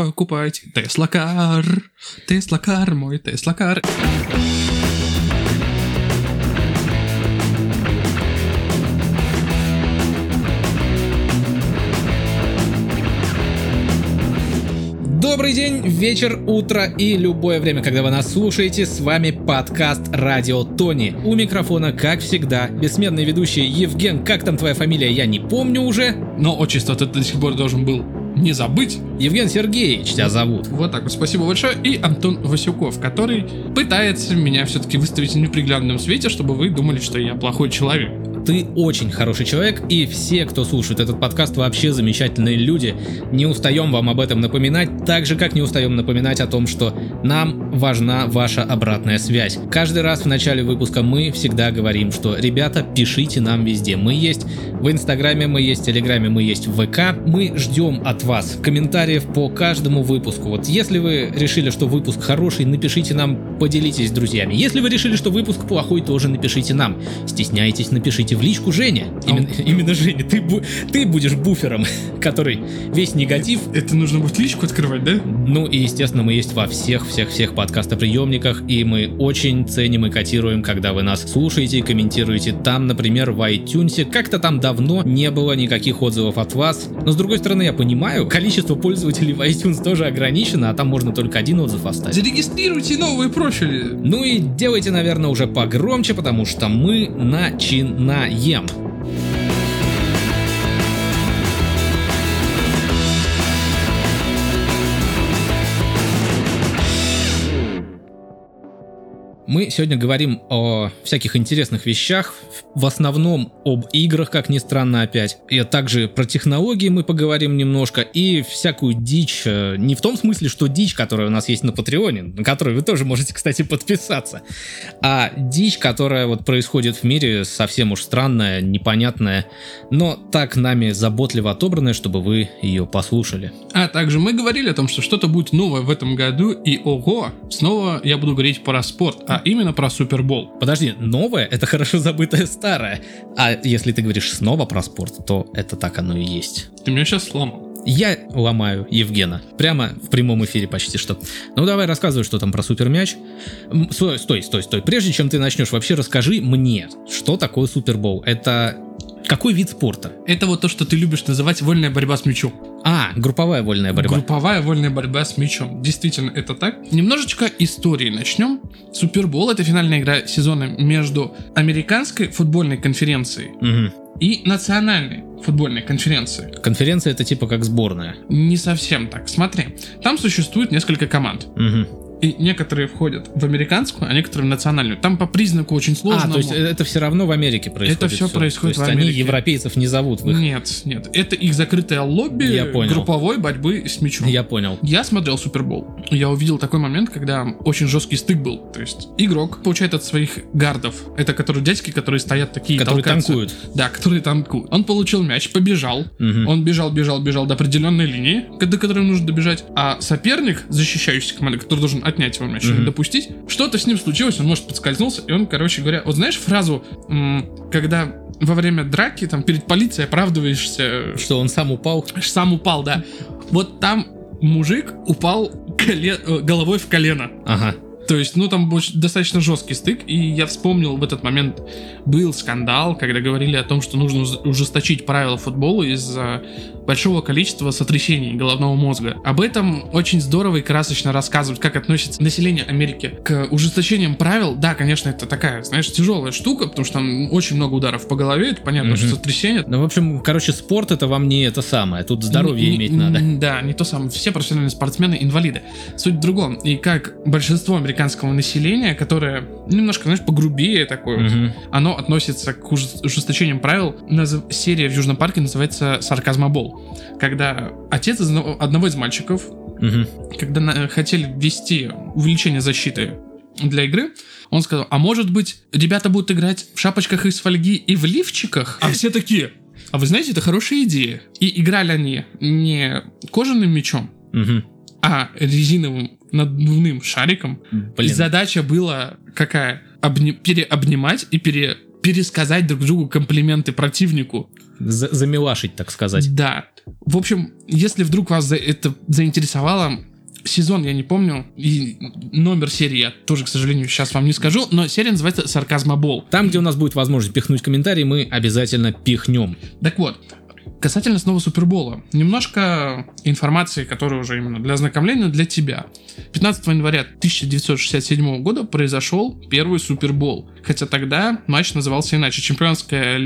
покупайте Tesla Car, мой Tesla Car. Добрый день, вечер, утро и любое время, когда вы нас слушаете, с вами подкаст Радио Тони. У микрофона, как всегда, бессменный ведущий Евген, как там твоя фамилия, я не помню уже. Но отчество ты до сих пор должен был не забыть. Евген Сергеевич тебя зовут. Вот так вот, спасибо большое. И Антон Васюков, который пытается меня все-таки выставить в неприглядном свете, чтобы вы думали, что я плохой человек. Ты очень хороший человек, и все, кто слушает этот подкаст, вообще замечательные люди. Не устаем вам об этом напоминать, так же, как не устаем напоминать о том, что нам важна ваша обратная связь. Каждый раз в начале выпуска мы всегда говорим, что, ребята, пишите нам везде. Мы есть в Инстаграме, мы есть в Телеграме, мы есть в ВК. Мы ждем от вас комментариев по каждому выпуску. Вот если вы решили, что выпуск хороший, напишите нам, поделитесь с друзьями. Если вы решили, что выпуск плохой, тоже напишите нам. Стесняйтесь, напишите в личку Женя. Именно Женя, ты будешь буфером, который весь негатив. Это нужно будет личку открывать, да? Ну и, естественно, мы есть во всех подкастоприемниках, и мы очень ценим и котируем, когда вы нас слушаете и комментируете. Там, например, в iTunes как-то там давно не было никаких отзывов от вас. Но с другой стороны, я понимаю, количество пользователей в iTunes тоже ограничено, а там можно только один отзыв оставить. Зарегистрируйте новые профили. Ну и делайте, наверное, уже погромче, потому что мы начинаем. Мы сегодня говорим о всяких интересных вещах, в основном об играх, как ни странно опять. И также про технологии мы поговорим немножко, и всякую дичь, не в том смысле, что дичь, которая у нас есть на Патреоне, на которую вы тоже можете, кстати, подписаться, а дичь, которая вот происходит в мире, совсем уж странная, непонятная, но так нами заботливо отобранная, чтобы вы ее послушали. А также мы говорили о том, что что-то будет новое в этом году, и ого, снова я буду говорить про спорт, а именно про Супербол. Подожди, новое — это хорошо забытое старое. А если ты говоришь снова про спорт, то это так оно и есть. Ты меня сейчас сломал. Я ломаю Евгена. Прямо в прямом эфире почти что. Ну давай рассказывай, что там про супермяч. Стой. Прежде чем ты начнешь, вообще расскажи мне, что такое Супербол. Это какой вид спорта? Это вот то, что ты любишь называть вольная борьба с мячом. Групповая вольная борьба. Групповая вольная борьба с мячом. Действительно, это так. Немножечко истории начнем. Супербол — это финальная игра сезона между американской футбольной конференцией и национальной футбольной конференцией. Конференция — это типа как сборная. Не совсем так. Смотри, там существует несколько команд. И некоторые входят в американскую, а некоторые в национальную. Там по признаку очень сложно. То есть это все равно в Америке происходит. Это все происходит в Америке. Они европейцев не зовут в их... Нет. Это их закрытое лобби групповой борьбы с мячом. Я понял. Я смотрел Супербол. Я увидел такой момент, когда очень жесткий стык был. То есть игрок получает от своих гардов. Это которые дядьки, которые стоят такие, которые толкаются. танкуют. Да, которые танкуют. Он получил мяч, побежал. Он бежал до определенной линии, до которой нужно добежать. А соперник, защищающийся команды, который должен отнять его мяч, не допустить, что-то с ним случилось, он, может, подскользнулся, и он, короче говоря, вот знаешь фразу, когда во время драки, там, перед полицией оправдываешься... Что он сам упал? Сам упал, да. Вот там мужик упал головой в колено. Ага. То есть, там был достаточно жесткий стык, и я вспомнил в этот момент, был скандал, когда говорили о том, что нужно ужесточить правила футбола из-за большого количества сотрясений головного мозга. Об этом очень здорово и красочно рассказывают, как относится население Америки к ужесточениям правил. Да, конечно, это такая, знаешь, тяжелая штука, потому что там очень много ударов по голове, это понятно, что сотрясение. Ну, в общем, спорт — это вам не это самое, тут здоровье иметь надо. Да, не то самое. Все профессиональные спортсмены — инвалиды. Суть в другом. И как большинство американского населения, которое немножко, знаешь, погрубее такое, оно относится к ужесточениям правил. Серия в Южном парке называется «Сарказмобол». Когда отец одного из мальчиков, когда хотели ввести увеличение защиты для игры, он сказал: а может быть, ребята будут играть в шапочках из фольги и в лифчиках? А все такие: а вы знаете, это хорошая идея. И играли они не кожаным мячом, а резиновым надувным шариком. И задача была какая? Переобнимать и пересказать друг другу комплименты противнику. Замилашить, так сказать. Да. В общем, если вдруг вас это заинтересовало, сезон я не помню, и номер серии я тоже, к сожалению, сейчас вам не скажу, но серия называется «Сарказмобол». Там, где у нас будет возможность пихнуть комментарий, мы обязательно пихнем. Так вот, касательно снова Супербола. Немножко информации, которая уже именно для ознакомления для тебя. 15 января 1967 года произошел первый Супербол. Хотя тогда матч назывался иначе. Чемпионская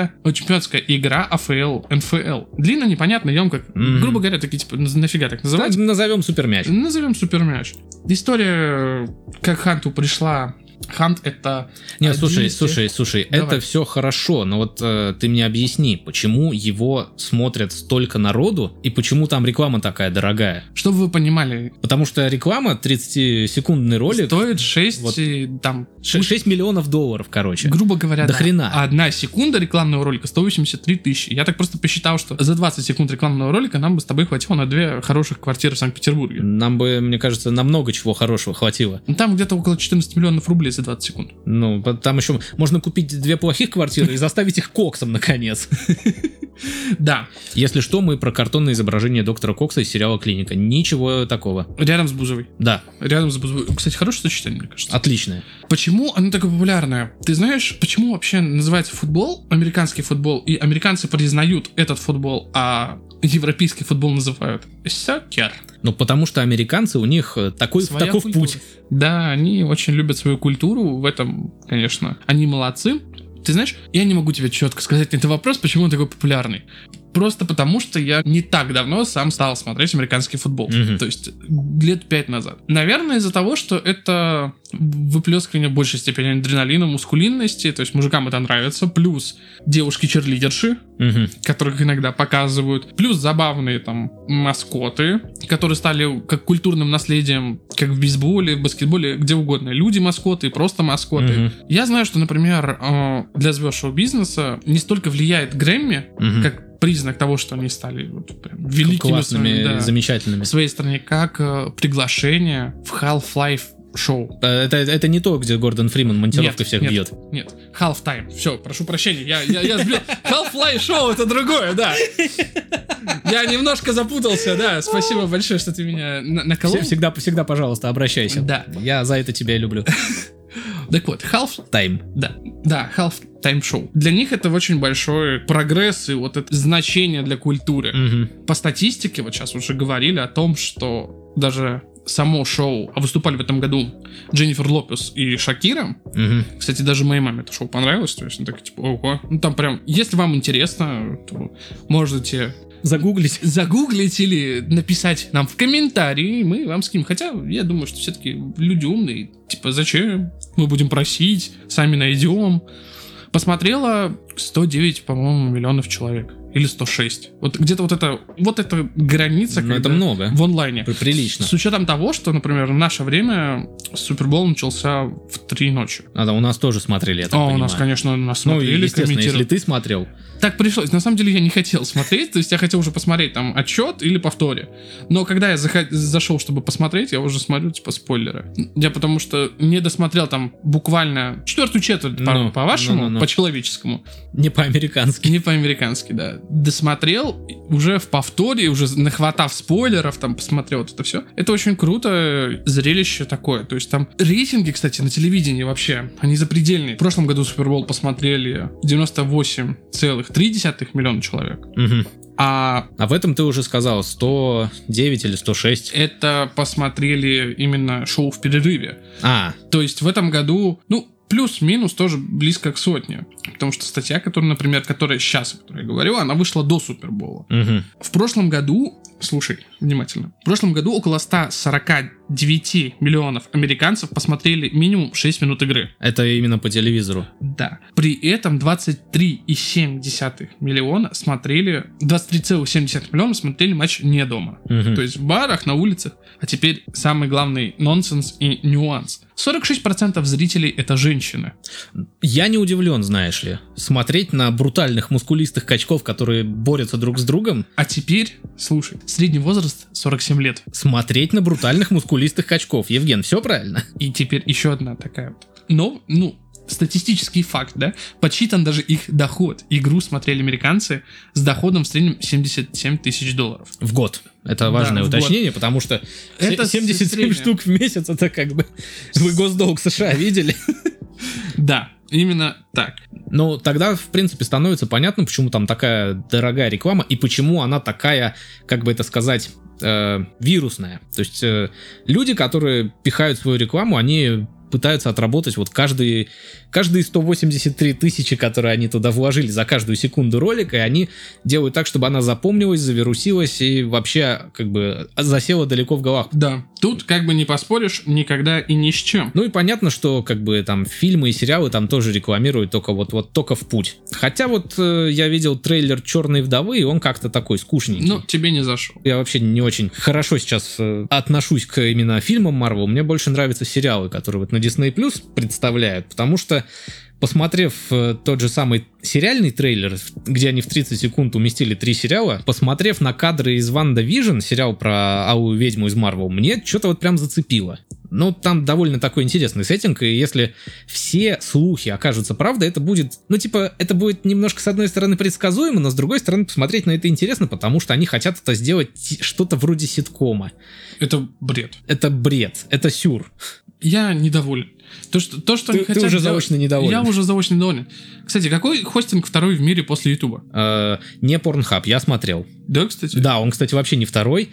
игра АФЛ, НФЛ. Длинно, непонятно, емко. Грубо говоря, такие типа, нафига так называть? Назовем Супермяч. Назовем Супермяч. История, как Ханту пришла. Хант это... Нет, слушай, Давай. Это все хорошо, но вот ты мне объясни, почему его смотрят столько народу и почему там реклама такая дорогая? Чтобы вы понимали. Потому что реклама, 30-секундный ролик... Стоит 6 миллионов долларов, короче. Грубо говоря, до хрена. 1 секунда рекламного ролика 183 тысячи. Я так просто посчитал, что за 20 секунд рекламного ролика нам бы с тобой хватило на 2 хороших квартиры в Санкт-Петербурге. Нам бы, мне кажется, на много чего хорошего хватило. Там где-то около 14 миллионов рублей за 20 секунд. Ну, там еще можно купить 2 плохих квартиры и заставить их коксом, наконец. Да. Если что, мы про картонное изображение доктора Кокса из сериала «Клиника». Ничего такого. Рядом с Бузовой. Да. Рядом с Бузовой. Кстати, хорошее сочетание, мне кажется. Отличное. Почему оно такое популярное? Ты знаешь, почему вообще называется футбол, американский футбол, и американцы признают этот футбол, а европейский футбол называют сокер? Ну, потому что американцы, у них такой путь. Да, они очень любят свою культуру, в этом, конечно, они молодцы. Ты знаешь, я не могу тебе четко сказать на этот вопрос, почему он такой популярный. Просто потому, что я не так давно сам стал смотреть американский футбол. То есть лет 5 назад. Наверное, из-за того, что это выплескивание в большей степени адреналина, мускулинности. То есть мужикам это нравится. Плюс девушки-черлидерши, которых иногда показывают. Плюс забавные там маскоты, которые стали как культурным наследием, как в бейсболе, в баскетболе, где угодно. Люди-маскоты, просто маскоты. Я знаю, что, например, для звезд шоу-бизнеса не столько влияет Грэмми, как признак того, что они стали вот прям великими, классными, замечательными в своей стране, как приглашение в Half-Life шоу. Это не то, где Гордон Фриман монтировкой всех бьет. Нет, Half-Time. Все, прошу прощения, я сбил. Half-Life шоу это другое, да. Я немножко запутался, да. Спасибо большое, что ты меня наколол. Всегда, пожалуйста, обращайся. Да. Я за это тебя и люблю. Так вот, Half-Time. Да, Half-Time шоу. Для них это очень большой прогресс и вот это значение для культуры. По статистике, вот сейчас уже говорили о том, что даже само шоу, а выступали в этом году Дженнифер Лопес и Шакира. Кстати, даже моей маме это шоу понравилось, то есть, так типа, ого. Ну там прям, если вам интересно, то можете загуглить или написать нам в комментарии, мы вам скинем. Хотя, я думаю, что все-таки люди умные. Типа, зачем? Мы будем просить, сами найдем. Посмотрело 109, по-моему, миллионов человек. Или 106. Вот где-то вот эта граница. Но это много. В онлайне. Прилично. С учетом того, что, например, в наше время Супербол начался в 3 ночи. Да, у нас тоже смотрели, я так понимаю. У нас, конечно, смотрели, ну, естественно, если ты смотрел. Так пришлось. На самом деле я не хотел смотреть, то есть я хотел уже посмотреть там отчет или повторе. Но когда я зашел, чтобы посмотреть, я уже смотрю, типа, спойлеры. Я потому что не досмотрел там буквально 4/4 по-вашему, по-человеческому. Не по-американски. Не по-американски, да. Досмотрел уже в повторе, уже нахватав спойлеров, там посмотрел вот это все. Это очень круто, зрелище такое. То есть там рейтинги, кстати, на телевидении вообще, они запредельные. В прошлом году Супербол посмотрели 98,3 миллиона человек. А в этом ты уже сказал 109 или 106. Это посмотрели именно шоу в перерыве. То есть в этом году, плюс-минус тоже близко к 100. Потому что статья, которая сейчас, о которой я говорю, она вышла до Супербола. В прошлом году, слушай внимательно, в прошлом году около 149 миллионов американцев посмотрели минимум 6 минут игры. Это именно по телевизору? Да. При этом 23,7 миллиона смотрели матч не дома. То есть в барах, на улицах. А теперь самый главный нонсенс и нюанс. 46% зрителей — это женщины. Я не удивлен, знаешь ли. Смотреть на брутальных мускулистых качков, которые борются друг с другом. А теперь, слушай, средний возраст 47 лет. Смотреть на брутальных мускулистых качков. Евген, все правильно? И теперь еще одна такая вот. статистический факт, да, подсчитан даже их доход. Игру смотрели американцы с доходом в среднем $77 тысяч. В год. Это важное уточнение, потому что это 77 штук в месяц, это как бы... Вы госдолг США видели? Да, именно так. Ну, тогда, в принципе, становится понятно, почему там такая дорогая реклама и почему она такая, как бы это сказать, вирусная. То есть люди, которые пихают свою рекламу, они пытаются отработать вот каждые 183 тысячи, которые они туда вложили за каждую секунду ролика, и они делают так, чтобы она запомнилась, завирусилась и вообще как бы засела далеко в головах. Да, тут как бы не поспоришь никогда и ни с чем. Ну и понятно, что как бы там фильмы и сериалы там тоже рекламируют только вот только в путь. Хотя вот я видел трейлер «Черной вдовы», и он как-то такой скучненький. Ну, тебе не зашел. Я вообще не очень хорошо сейчас отношусь к именно фильмам Marvel. Мне больше нравятся сериалы, которые вот на Disney Plus представляют, потому что, посмотрев тот же самый сериальный трейлер, где они в 30 секунд уместили 3 сериала, посмотрев на кадры из WandaVision, сериал про Алую ведьму из Marvel, мне что-то вот прям зацепило. Ну, там довольно такой интересный сеттинг, и если все слухи окажутся правдой, это будет, ну, типа, это будет немножко, с одной стороны, предсказуемо, но с другой стороны, посмотреть на это интересно, потому что они хотят это сделать что-то вроде ситкома. Это бред. Это бред, это сюр. Я недоволен. То, что они хотят ты уже делать, заочно недоволен. Я уже заочно недоволен. Кстати, какой хостинг второй в мире после Ютуба? Не Pornhub, я смотрел. Да, кстати? Да, он, кстати, вообще не второй.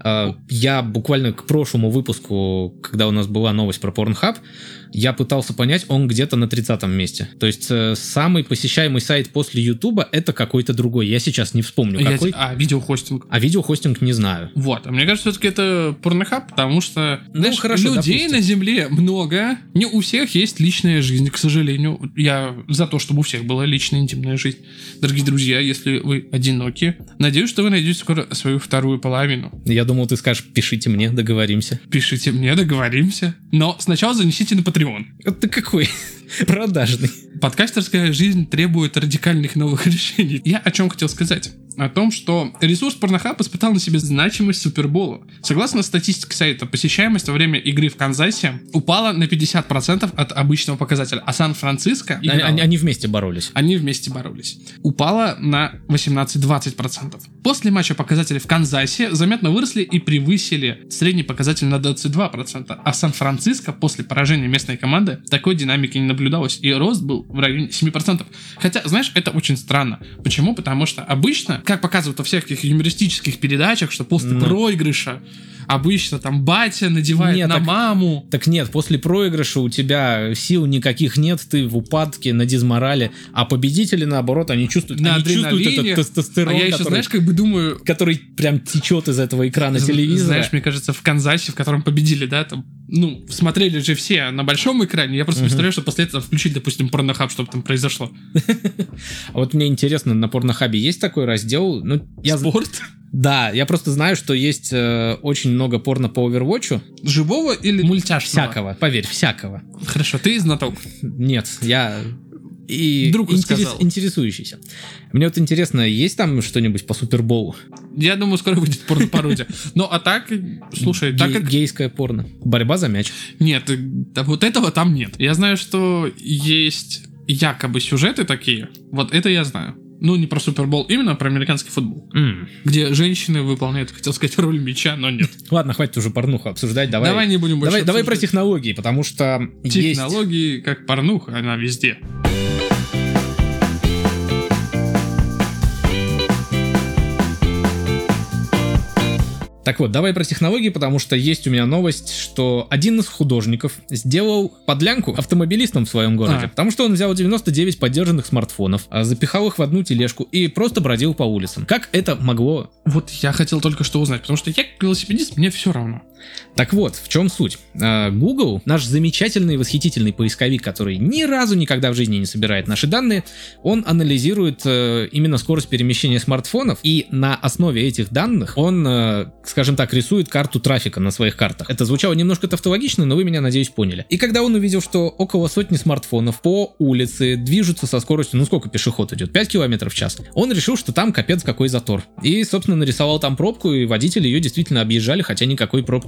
Я буквально к прошлому выпуску, когда у нас была новость про Pornhub, я пытался понять, он где-то на 30-м месте. То есть самый посещаемый сайт после Ютуба — это какой-то другой. Я сейчас не вспомню, какой. Видеохостинг. А видеохостинг не знаю. Вот. А мне кажется, все-таки это Pornhub, потому что, знаешь, хорошо, людей допустим. на Земле много. Не у всех есть личная жизнь, к сожалению. Я за то, чтобы у всех была личная интимная жизнь. Дорогие друзья, если вы одиноки, надеюсь, что вы найдете скоро свою вторую половину. Я думал, ты скажешь: пишите мне, договоримся. Пишите мне, договоримся. Но сначала занесите на Patreon. Ты какой продажный. Подкастерская жизнь требует радикальных новых решений. Я о чем хотел сказать? О том, что ресурс Pornhub испытал на себе значимость Супербола. Согласно статистике сайта, посещаемость во время игры в Канзасе упала на 50% от обычного показателя, а Сан-Франциско... Они вместе боролись. Они вместе боролись. Упала на 18-20%. После матча показатели в Канзасе заметно выросли и превысили средний показатель на 22%, а в Сан-Франциско после поражения местной команды такой динамики не наблюдалось, и рост был в районе 7%. Хотя, знаешь, это очень странно. Почему? Потому что обычно, как показывают во всех этих юмористических передачах, что после проигрыша обычно там батя надевает на маму. Так нет, после проигрыша у тебя сил никаких нет, ты в упадке, на дизморале, а победители, наоборот, они чувствуют этот тестостерон, а я еще, знаешь, как бы думаю... Который прям течет из этого экрана телевизора. Знаешь, мне кажется, в Канзасе, в котором победили, да, там, ну, смотрели же все на большом экране, я просто представляю, что после этого включить, допустим, Pornhub, чтобы там произошло. А вот мне интересно, на Pornhub есть такой раздел? Спорт? Да, я просто знаю, что есть очень много порно по Overwatch. Живого или мультяшного? Всякого, поверь, всякого. Хорошо, ты знаток? Нет, я... И друг интересующийся. Мне вот интересно, есть там что-нибудь по Суперболу? Я думаю, скоро выйдет порно-пародия. Ну, а так, слушай, так как... Гейское порно. Борьба за мяч. Нет, вот этого там нет. Я знаю, что есть якобы сюжеты такие. Вот это я знаю. Ну, не про Супербол, именно про американский футбол. Где женщины выполняют, хотел сказать, роль мяча, но нет. Ладно, хватит уже порнуху обсуждать. Давай не будем больше Давай про технологии, потому что технологии, как порнуха, она везде. Так вот, давай про технологии, потому что есть у меня новость, что один из художников сделал подлянку автомобилистам в своем городе, потому что он взял 99 поддержанных смартфонов, запихал их в одну тележку и просто бродил по улицам. Как это могло... Вот я хотел только что узнать, потому что я как велосипедист, мне все равно. Так вот, в чем суть? Google, наш замечательный, восхитительный поисковик, который ни разу никогда в жизни не собирает наши данные, он анализирует именно скорость перемещения смартфонов, и на основе этих данных он, скажем так, рисует карту трафика на своих картах. Это звучало немножко тавтологично, но вы меня, надеюсь, поняли. И когда он увидел, что около сотни смартфонов по улице движутся со скоростью, ну сколько пешеход идет? 5 км в час. Он решил, что там капец какой затор. И, собственно, нарисовал там пробку, и водители ее действительно объезжали, хотя никакой пробки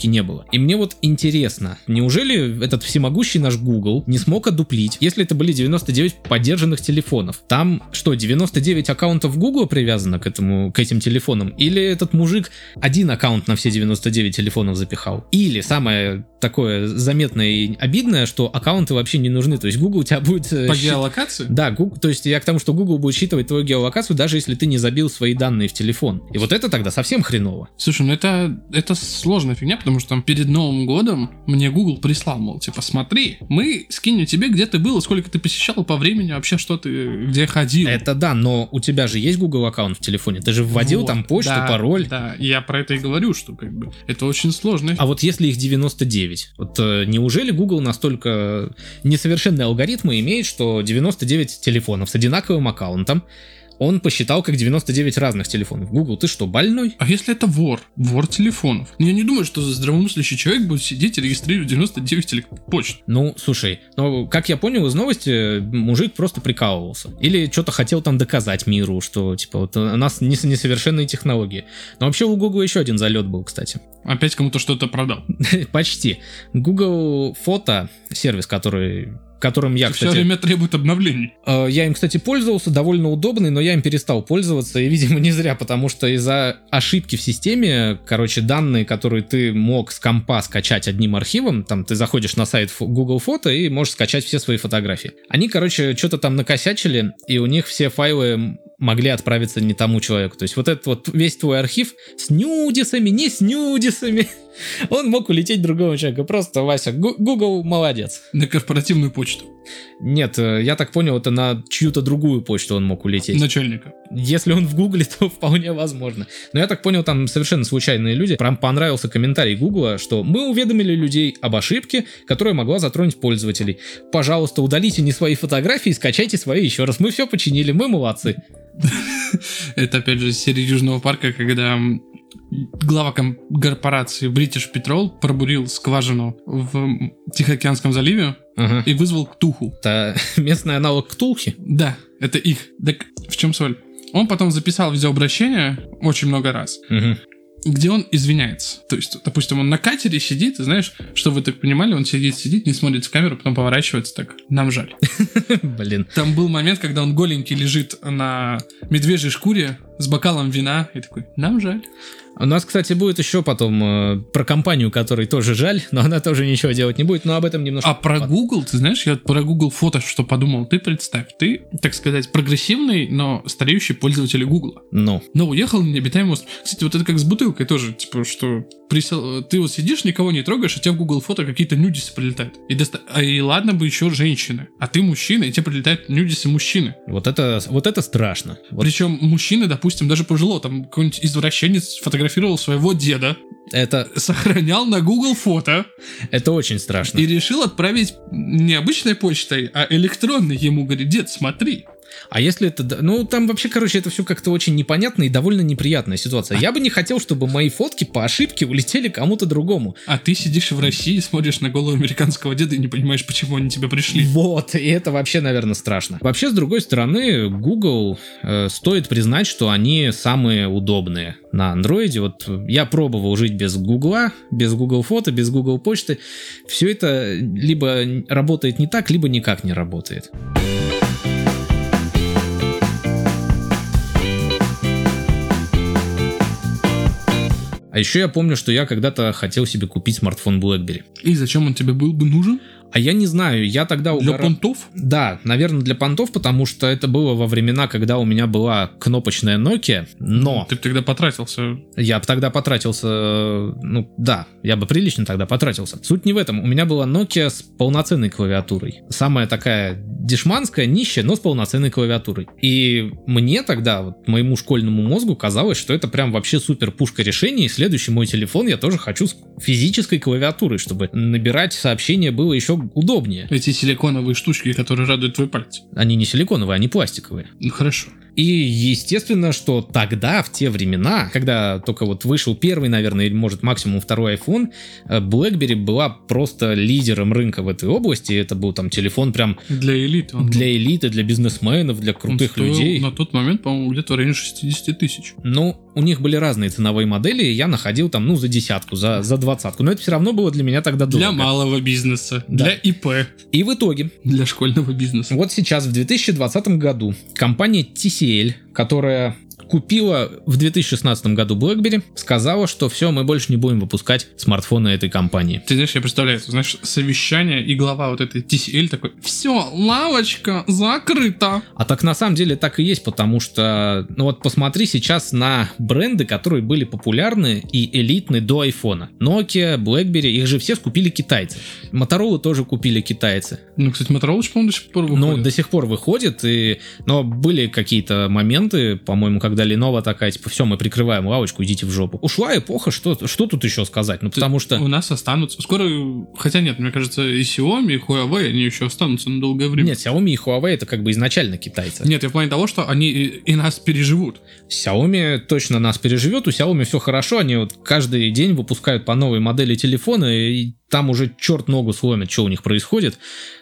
практически не было. И мне вот интересно, неужели этот всемогущий наш Google не смог одуплить, если это были 99 поддержанных телефонов? Там что, 99 аккаунтов Google привязано к этим телефонам? Или этот мужик один аккаунт на все 99 телефонов запихал? Или самое такое заметное и обидное, что аккаунты вообще не нужны. То есть Google у тебя будет... По геолокации? Да, то есть я к тому, что Google будет считывать твою геолокацию, даже если ты не забил свои данные в телефон. И вот это тогда совсем хреново. Слушай, ну это сложная фигня, потому что там перед Новым годом мне Google прислал, мол, типа, смотри, мы скинем тебе, где ты был, сколько ты посещал по времени, вообще, что ты, где ходил. Это да, но у тебя же есть Google аккаунт в телефоне, ты же вводил там почту, да, пароль. Да, я про это и говорю, что как бы это очень сложно. А вот если их 99, вот неужели Google настолько несовершенные алгоритмы имеет, что 99 телефонов с одинаковым аккаунтом он посчитал как 99 разных телефонов? Google, ты что, больной? А если это вор телефонов? Я не думаю, что здравомыслящий человек будет сидеть и регистрировать 99 почт. Ну, слушай, как я понял из новости, мужик просто прикалывался. Или что-то хотел там доказать миру, что, типа, вот у нас несовершенные технологии. Но вообще у Google еще один залет был, кстати. Опять кому-то что-то продал. Почти. Google Фото, сервис, которым я, кстати... Все время требует обновлений. Я им, кстати, пользовался, довольно удобный, но я им перестал пользоваться, и, видимо, не зря, потому что из-за ошибки в системе, данные, которые ты мог с компа скачать одним архивом, там ты заходишь на сайт Google Фото и можешь скачать все свои фотографии. Они, что-то там накосячили, и у них все файлы могли отправиться не тому человеку. То есть вот этот вот весь твой архив с нюдисами, не с нюдисами, он мог улететь другому человеку. Просто, Вася, Google молодец. На корпоративную почту. Нет, я так понял, это на чью-то другую почту он мог улететь. Начальника. Если он в Гугле, то вполне возможно. Но я так понял, там совершенно случайные люди. Прям понравился комментарий Гугла, что мы уведомили людей об ошибке, которая могла затронуть пользователей. Пожалуйста, удалите не свои фотографии, скачайте свои еще раз. Мы все починили, мы молодцы. Это опять же серия Южного парка, когда глава корпорации British Petrol пробурил скважину в Тихоокеанском заливе и вызвал Ктулху. Это местный аналог Ктулхи? Да, это их. Так в чем соль? Он потом записал видеообращение очень много раз, где он извиняется. То есть, допустим, он на катере сидит, и знаешь, что вы так понимали, он сидит, не смотрит в камеру, потом поворачивается так, нам жаль. Блин. Там был момент, когда он голенький лежит на медвежьей шкуре с бокалом вина и такой, нам жаль. У нас, кстати, будет еще потом про компанию, которой тоже жаль, но она тоже ничего делать не будет, но об этом немножко... А про Google, ты знаешь, я про Google Фото что подумал, ты представь, ты, так сказать, прогрессивный, но стареющий пользователь Google. Но уехал на необитаемый остров. Кстати, вот это как с бутылкой тоже, типа, что ты вот сидишь, никого не трогаешь, а тебе в Google Фото какие-то нюдисы прилетают. И ладно бы еще женщины, а ты мужчина, и тебе прилетают нюдисы мужчины. Вот это страшно. Причем мужчины, допустим, даже пожилого, там какой-нибудь извращенец фотографировал своего деда, это сохранял на Google Фото. Это очень страшно. И решил отправить не обычной почтой, а электронной. Ему говорит, дед, смотри. А если это... Ну, там вообще, это все как-то очень непонятно и довольно неприятная ситуация. Я бы не хотел, чтобы мои фотки по ошибке улетели кому-то другому. А ты сидишь в России, смотришь на голову американского деда и не понимаешь, почему они тебе пришли. Вот, и это вообще, наверное, страшно. Вообще, с другой стороны, Google, стоит признать, что они самые удобные на андроиде. Вот я пробовал жить без Гугла, без Google Фото, без Google Почты. Все это либо работает не так, либо никак не работает. А еще я помню, что я когда-то хотел себе купить смартфон BlackBerry. И зачем он тебе был бы нужен? А я не знаю, я тогда угорал... Для понтов? Да, наверное, для понтов, потому что это было во времена, когда у меня была кнопочная Nokia, но... Ты тогда потратился. Я тогда потратился, я бы прилично тогда потратился. Суть не в этом, у меня была Nokia с полноценной клавиатурой. Самая такая дешманская, нищая, но с полноценной клавиатурой. И мне тогда, моему школьному мозгу казалось, что это прям вообще супер пушка решений, и следующий мой телефон я тоже хочу с физической клавиатурой, чтобы набирать сообщения было еще удобнее. Эти силиконовые штучки, которые радуют твой палец. Они не силиконовые, они пластиковые. Ну хорошо. И естественно, что тогда, в те времена, когда только вышел первый, наверное, или может максимум второй iPhone, BlackBerry была просто лидером рынка в этой области. Это был там телефон прям... Для элиты. Для элиты, для бизнесменов, для крутых людей. На тот момент, по-моему, где-то в районе 60 тысяч. Ну, у них были разные ценовые модели, и я находил там, за десятку, за 20. Но это все равно было для меня тогда дорого. Для малого бизнеса, для ИП. И в итоге... Для школьного бизнеса. Вот сейчас, в 2020 году, компания TCL, которая купила в 2016 году BlackBerry, сказала, что все, мы больше не будем выпускать смартфоны этой компании. Ты знаешь, я представляю, совещание, и глава вот этой TCL такой: все, лавочка закрыта. А так на самом деле так и есть, потому что, посмотри сейчас на бренды, которые были популярны и элитны до айфона. Nokia, BlackBerry, их же все скупили китайцы. Motorola тоже купили китайцы. Кстати, Motorola, по-моему, до сих пор выходит. До сих пор выходит, но были какие-то моменты, по-моему, когда Lenovo такая, все, мы прикрываем лавочку, идите в жопу. Ушла эпоха, что тут еще сказать? Потому что... У нас останутся... Скоро... Хотя нет, мне кажется, и Xiaomi, и Huawei, они еще останутся на долгое время. Нет, Xiaomi и Huawei это как бы изначально китайцы. Нет, я в плане того, что они и нас переживут. Xiaomi точно нас переживет, у Xiaomi все хорошо, они каждый день выпускают по новой модели телефона, и там уже черт ногу сломит, что у них происходит.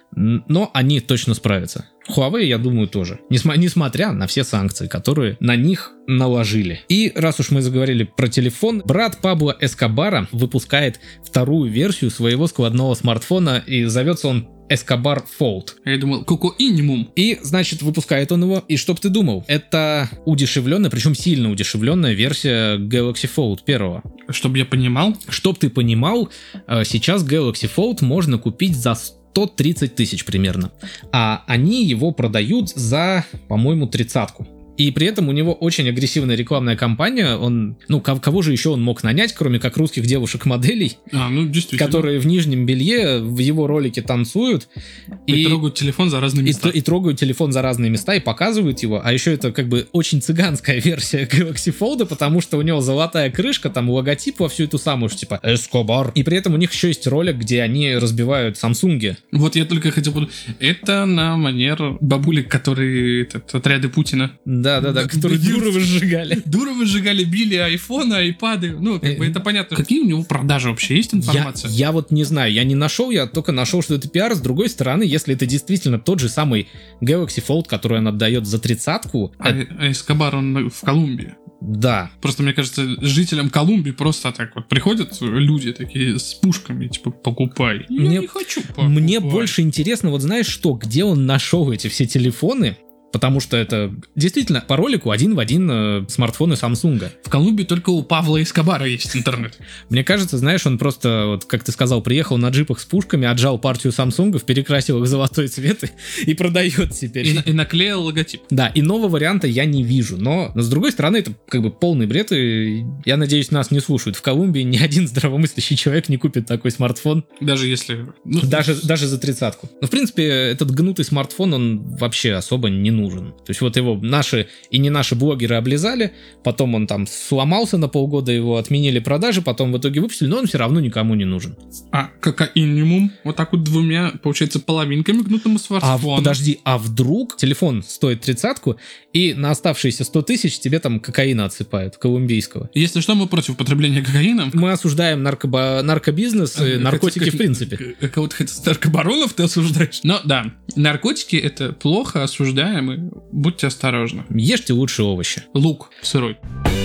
Но они точно справятся. Huawei, я думаю, тоже. Несмотря на все санкции, которые на них наложили. И раз уж мы заговорили про телефон, брат Пабло Эскобара выпускает вторую версию своего складного смартфона, и зовется он Escobar Fold. Я думал, Coco-Inimum. И, значит, выпускает он его, и чтоб ты думал, это удешевленная, причем сильно удешевленная версия Galaxy Fold 1. Чтоб я понимал? Чтоб ты понимал, сейчас Galaxy Fold можно купить за 130 тысяч примерно. А они его продают за, по-моему, 30-ку. И при этом у него очень агрессивная рекламная кампания. Он, кого же еще он мог нанять, кроме как русских девушек-моделей, действительно, которые в нижнем белье в его ролике танцуют. И трогают телефон за разные места. И трогают телефон за разные места и показывают его. А еще это как бы очень цыганская версия Galaxy Fold, потому что у него золотая крышка, там логотип во всю эту самую, типа Escobar. И при этом у них еще есть ролик, где они разбивают Samsung. Вот я только хотел подумать. Это на манер бабулек, которые отряды Путина. Да, которые Дурова сжигали. Дурова сжигали, били айфоны, айпады. Это понятно. Какие у него продажи вообще? Есть информация? Я вот не знаю, я не нашел, я только нашел, что это пиар. С другой стороны, если это действительно тот же самый Galaxy Fold, который он отдает за 30-ку... Эскобар, он в Колумбии. Да. Просто, мне кажется, жителям Колумбии просто так вот приходят люди такие с пушками, типа, покупай. Я не хочу покупать. Мне больше интересно, вот знаешь что, где он нашел эти все телефоны? Потому что это действительно по ролику один в один смартфоны Samsung. В Колумбии только у Павла Эскобара есть интернет. Мне кажется, знаешь, он просто, вот как ты сказал, приехал на джипах с пушками, отжал партию Samsung, перекрасил их в золотой цвет и продает теперь. И наклеил логотип. Да, иного варианта я не вижу. Но с другой стороны, это как бы полный бред, и я надеюсь, нас не слушают. В Колумбии ни один здравомыслящий человек не купит такой смартфон. Даже если... Даже за 30-ку. Но в принципе, этот гнутый смартфон, он вообще особо не нужен. То есть вот его наши и не наши блогеры облизали, потом он там сломался на полгода, его отменили продажи, потом в итоге выпустили, но он все равно никому не нужен. А Coco-Inimum вот так вот двумя, получается, половинками гнутому смартфону. Подожди, а вдруг телефон стоит 30-ку, и на оставшиеся 100 тысяч тебе там кокаина отсыпают, колумбийского? Если что, мы против употребления кокаина. Мы осуждаем наркобизнес и наркотики в принципе. Кого-то наркобаронов ты осуждаешь? Но да, наркотики это плохо, осуждаем, и будьте осторожны. Ешьте лучше овощи. Лук сырой.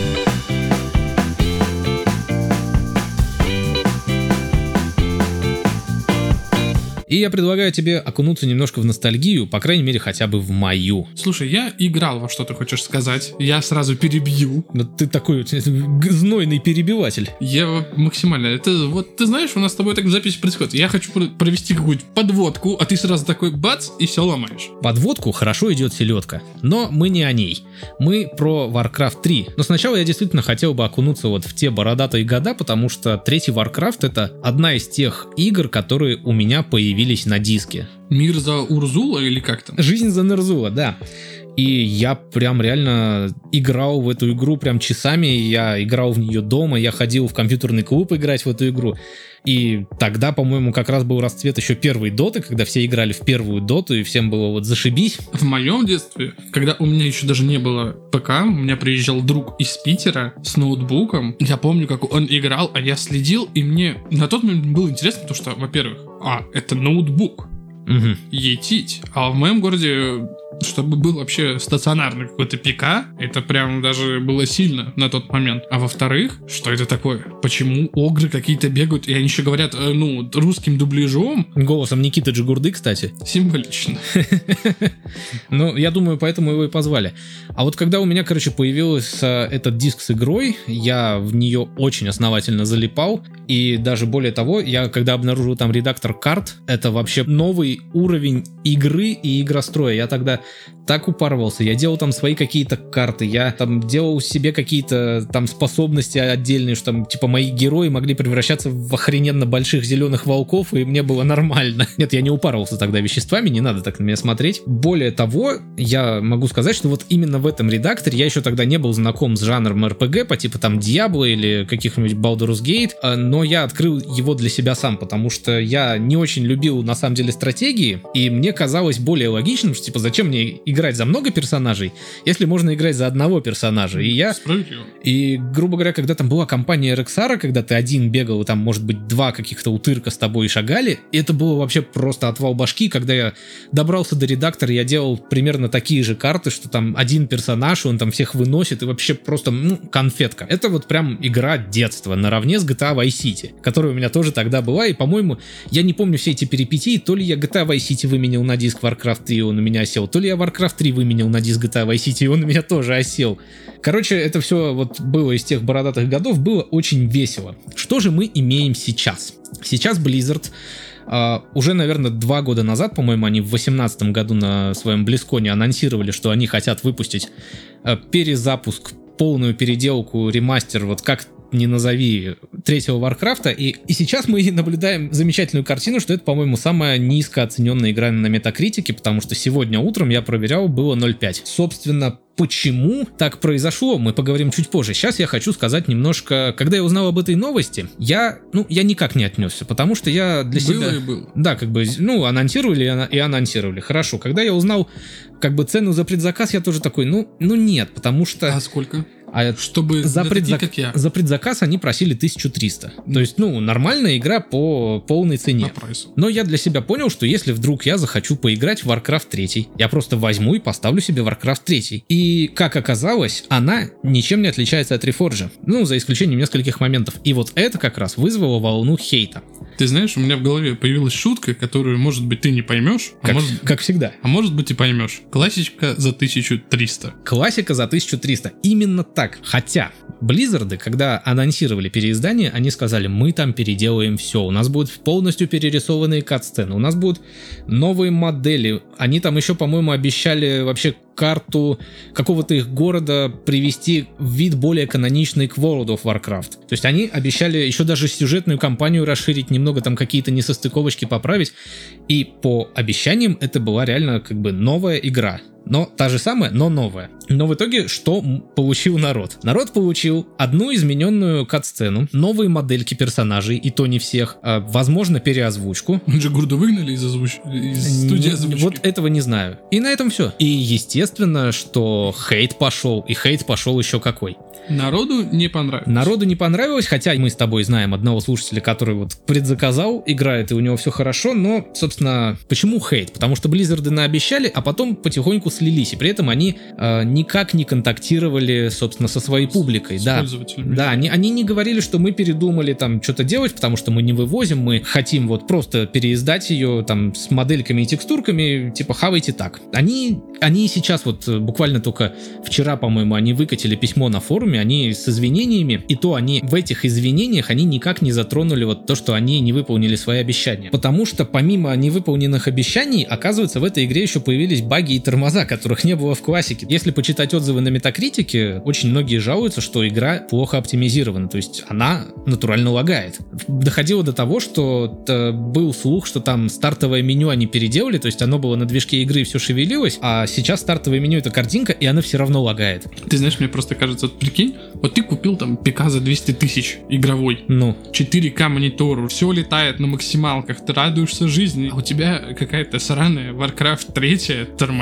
И я предлагаю тебе окунуться немножко в ностальгию, по крайней мере, хотя бы в мою. Слушай, я играл во что ты хочешь сказать. Я сразу перебью. Но ты такой знойный перебиватель. Я максимально. Это вот, ты знаешь, у нас с тобой так в записи происходит. Я хочу провести какую-нибудь подводку, а ты сразу такой бац, и все ломаешь. Подводку хорошо идет селедка. Но мы не о ней. Мы про Warcraft 3. Но сначала я действительно хотел бы окунуться вот в те бородатые года, потому что третий Warcraft — это одна из тех игр, которые у меня появились на диске. Мир за Урзула или как там? Жизнь за Нерзула, да. И я прям реально играл в эту игру прям часами, я играл в нее дома, я ходил в компьютерный клуб играть в эту игру. И тогда, по-моему, как раз был расцвет еще первой доты, когда все играли в первую доту, и всем было вот зашибись. В моем детстве, когда у меня еще даже не было ПК, у меня приезжал друг из Питера с ноутбуком. Я помню, как он играл, а я следил, и мне на тот момент было интересно, потому что, во-первых, это ноутбук. Етить. А в моем городе чтобы был вообще стационарный какой-то ПК, это прям даже было сильно на тот момент. А во-вторых, что это такое? Почему огры какие-то бегают, и они еще говорят, русским дубляжом? Голосом Никиты Джигурды, кстати. Символично. Ну, я думаю, поэтому его и позвали. А вот когда у меня, короче, появился этот диск с игрой, я в нее очень основательно залипал, и даже более того, я когда обнаружил там редактор карт, это вообще новый уровень игры и игростроя. Я тогда так упарывался, я делал там свои какие-то карты, я там делал себе какие-то там способности отдельные, что там типа мои герои могли превращаться в охрененно больших зеленых волков, и мне было нормально. Нет, я не упарывался тогда веществами, не надо так на меня смотреть. Более того, я могу сказать, что вот именно в этом редакторе я еще тогда не был знаком с жанром RPG, по типу там Diablo или каких-нибудь Baldur's Gate, но я открыл его для себя сам, потому что я не очень любил на самом деле стратегии, и мне казалось более логичным, что типа зачем мне играть за много персонажей, если можно играть за одного персонажа. И грубо говоря, когда там была кампания Рексара, когда ты один бегал, и там может быть два каких-то утырка с тобой шагали, это было вообще просто отвал башки. Когда я добрался до редактора, я делал примерно такие же карты, что там один персонаж, он там всех выносит, и вообще просто, конфетка. Это вот прям игра детства, наравне с GTA Vice City, которая у меня тоже тогда была, и, по-моему, я не помню все эти перипетии, то ли я GTA Vice City выменил на диск Warcraft 3, и он у меня осел, то ли я Warcraft 3 выменил на диск GTA Vice City, и он у меня тоже осел. Короче, это все вот было из тех бородатых годов, было очень весело. Что же мы имеем сейчас? Сейчас Blizzard уже, наверное, 2 года назад, по-моему, они в 2018 году на своем BlizzCon'е анонсировали, что они хотят выпустить перезапуск, полную переделку, ремастер, вот как ни назови, третьего Варкрафта, и сейчас мы наблюдаем замечательную картину, что это, по-моему, самая низко оцененная игра на Метакритике, потому что сегодня утром я проверял, было 0.5. Собственно, почему так произошло, мы поговорим чуть позже. Сейчас я хочу сказать немножко, когда я узнал об этой новости, я никак не отнесся, потому что я для себя... Было и было. Да, анонсировали и анонсировали. Хорошо, когда я узнал, цену за предзаказ, я тоже такой, нет, потому что... А сколько? Чтобы за предзаказ они просили 1300. То есть, нормальная игра по полной цене. Но я для себя понял, что если вдруг я захочу поиграть в Warcraft 3, я просто возьму и поставлю себе Warcraft 3. И, как оказалось, она ничем не отличается от Reforge. За исключением нескольких моментов. И вот это как раз вызвало волну хейта. Ты знаешь, у меня в голове появилась шутка, которую, может быть, ты не поймешь. Как всегда. А может быть, и поймешь. Классика за 1300. Классика за 1300. Именно так. Хотя Blizzard, когда анонсировали переиздание, они сказали, мы там переделаем все. У нас будут полностью перерисованные кат-сцены. У нас будут новые модели. Они там еще, по-моему, обещали вообще карту какого-то их города привести в вид более каноничный к World of Warcraft. То есть они обещали еще даже сюжетную кампанию расширить, немного там какие-то несостыковочки поправить. И по обещаниям это была реально новая игра. Но та же самая, но новая. Но в итоге что получил народ? Народ получил одну измененную кат-сцену, новые модельки персонажей, и то не всех, возможно, переозвучку. Джигурду выгнали из студии озвучки? Вот этого не знаю. И на этом все. И естественно, что хейт пошел, и хейт пошел еще какой. Народу не понравилось. Народу не понравилось, хотя мы с тобой знаем одного слушателя, который предзаказал, играет, и у него все хорошо, но, собственно, почему хейт? Потому что Blizzard наобещали, а потом потихоньку слились, и при этом они никак не контактировали, собственно, со своей публикой. Да, они не говорили, что мы передумали там что-то делать, потому что мы не вывозим, мы хотим просто переиздать ее там с модельками и текстурками, типа хавайте так. Они сейчас буквально только вчера, по-моему, они выкатили письмо на форуме, они с извинениями, и то они в этих извинениях они никак не затронули то, что они не выполнили свои обещания. Потому что помимо невыполненных обещаний, оказывается, в этой игре еще появились баги и тормоза, которых не было в классике. Если почитать отзывы на Метакритике, очень многие жалуются, что игра плохо оптимизирована, то есть она натурально лагает. Доходило до того, что был слух, что там стартовое меню они переделали, то есть оно было на движке игры, все шевелилось, а сейчас стартовое меню — это картинка, и она все равно лагает. Ты знаешь, мне просто кажется, прикинь, ты купил там ПК за 200 тысяч игровой, 4К монитор, все летает на максималках, ты радуешься жизни, а у тебя какая-то сраная Warcraft 3 тормозит.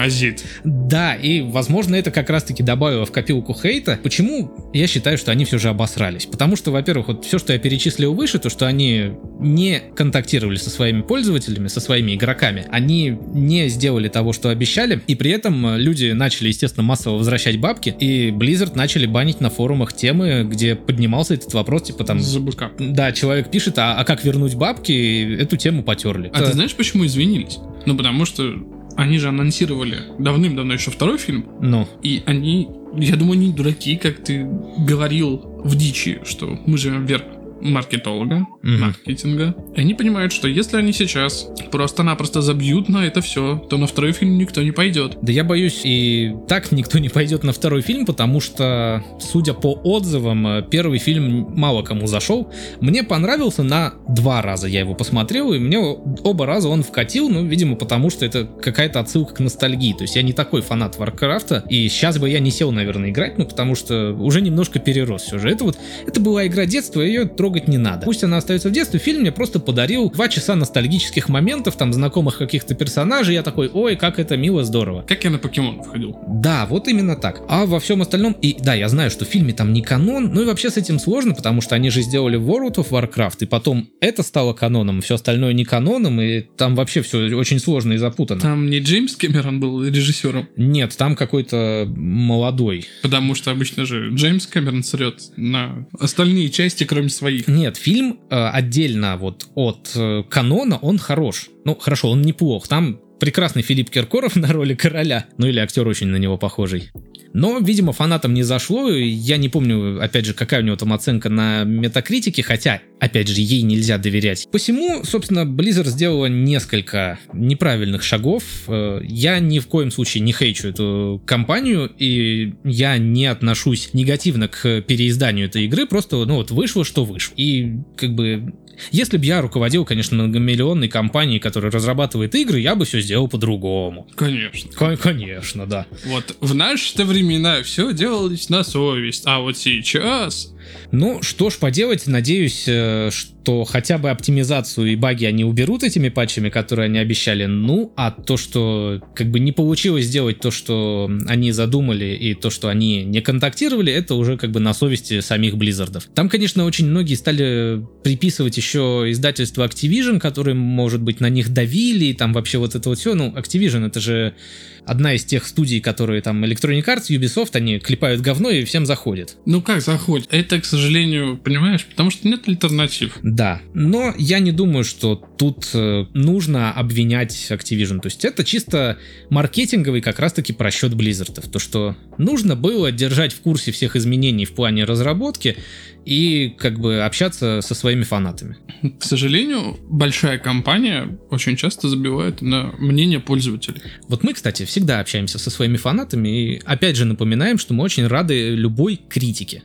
Да, и, возможно, это как раз-таки добавило в копилку хейта. Почему я считаю, что они все же обосрались? Потому что, во-первых, вот все, что я перечислил выше, то, что они не контактировали со своими пользователями, со своими игроками, они не сделали того, что обещали, и при этом люди начали, естественно, массово возвращать бабки, и Blizzard начали банить на форумах темы, где поднимался этот вопрос, типа там... За бэкап. Да, человек пишет, а как вернуть бабки, и эту тему потерли. А ты знаешь, почему извинились? Ну, потому что они же анонсировали давным-давно еще второй фильм. Ну. И они, я думаю, не дураки, как ты говорил в дичи, что мы живем вверх маркетолога, маркетинга. И они понимают, что если они сейчас просто-напросто забьют на это все, то на второй фильм никто не пойдет. Да я боюсь, и так никто не пойдет на второй фильм, потому что, судя по отзывам, первый фильм мало кому зашел. Мне понравился на 2 раза, я его посмотрел, и мне оба раза он вкатил, ну, видимо, потому что это какая-то отсылка к ностальгии. То есть я не такой фанат Варкрафта, и сейчас бы я не сел, наверное, играть, ну, потому что уже немножко перерос все же. Это была игра детства, ее трогать не надо. Пусть она остается в детстве, фильм мне просто подарил 2 часа ностальгических моментов, там, знакомых каких-то персонажей, я такой, ой, как это мило, здорово. Как я на Покемон входил. Да, вот именно так. А во всем остальном, и да, я знаю, что в фильме там не канон, ну и вообще с этим сложно, потому что они же сделали World of Warcraft, и потом это стало каноном, все остальное не каноном, и там вообще все очень сложно и запутанно. Там не Джеймс Кэмерон был режиссером? Нет, там какой-то молодой. Потому что обычно же Джеймс Кэмерон срет на остальные части, кроме своих. Нет, фильм отдельно вот от канона, он хорош. Ну, хорошо, он неплох. Там прекрасный Филипп Киркоров на роли короля. Ну, или актер очень на него похожий. Но, видимо, фанатам не зашло. Я не помню, опять же, какая у него там оценка на Метакритике, хотя, опять же, ей нельзя доверять. Посему, собственно, Blizzard сделала несколько неправильных шагов. Я ни в коем случае не хейчу эту компанию, и я не отношусь негативно к переизданию этой игры, просто, ну вот, вышло, что вышло. И, как бы... Если бы я руководил, конечно, многомиллионной компанией, которая разрабатывает игры, я бы все сделал по-другому. Конечно. Конечно, да. Вот в наши-то времена все делалось на совесть, а вот сейчас... Ну, что ж поделать, надеюсь, что хотя бы оптимизацию и баги они уберут этими патчами, которые они обещали. Ну, а то, что как бы не получилось сделать то, что они задумали, и то, что они не контактировали, это уже как бы на совести самих Близзардов. Там, конечно, очень многие стали приписывать еще издательство Activision, которые, может быть, на них давили, и там вообще вот это вот все. Ну, Activision — это же одна из тех студий, которые там Electronic Arts, Ubisoft, они клепают говно и всем заходит. Ну как заходит? Это, к сожалению, понимаешь, потому что нет альтернатив. Да, но я не думаю, что тут нужно обвинять Activision. То есть это чисто маркетинговый как раз-таки просчет Blizzard'ов. То, что нужно было держать в курсе всех изменений в плане разработки и как бы общаться со своими фанатами. К сожалению, большая компания очень часто забивает на мнение пользователей. Вот мы, кстати, всегда общаемся со своими фанатами и опять же напоминаем, что мы очень рады любой критике.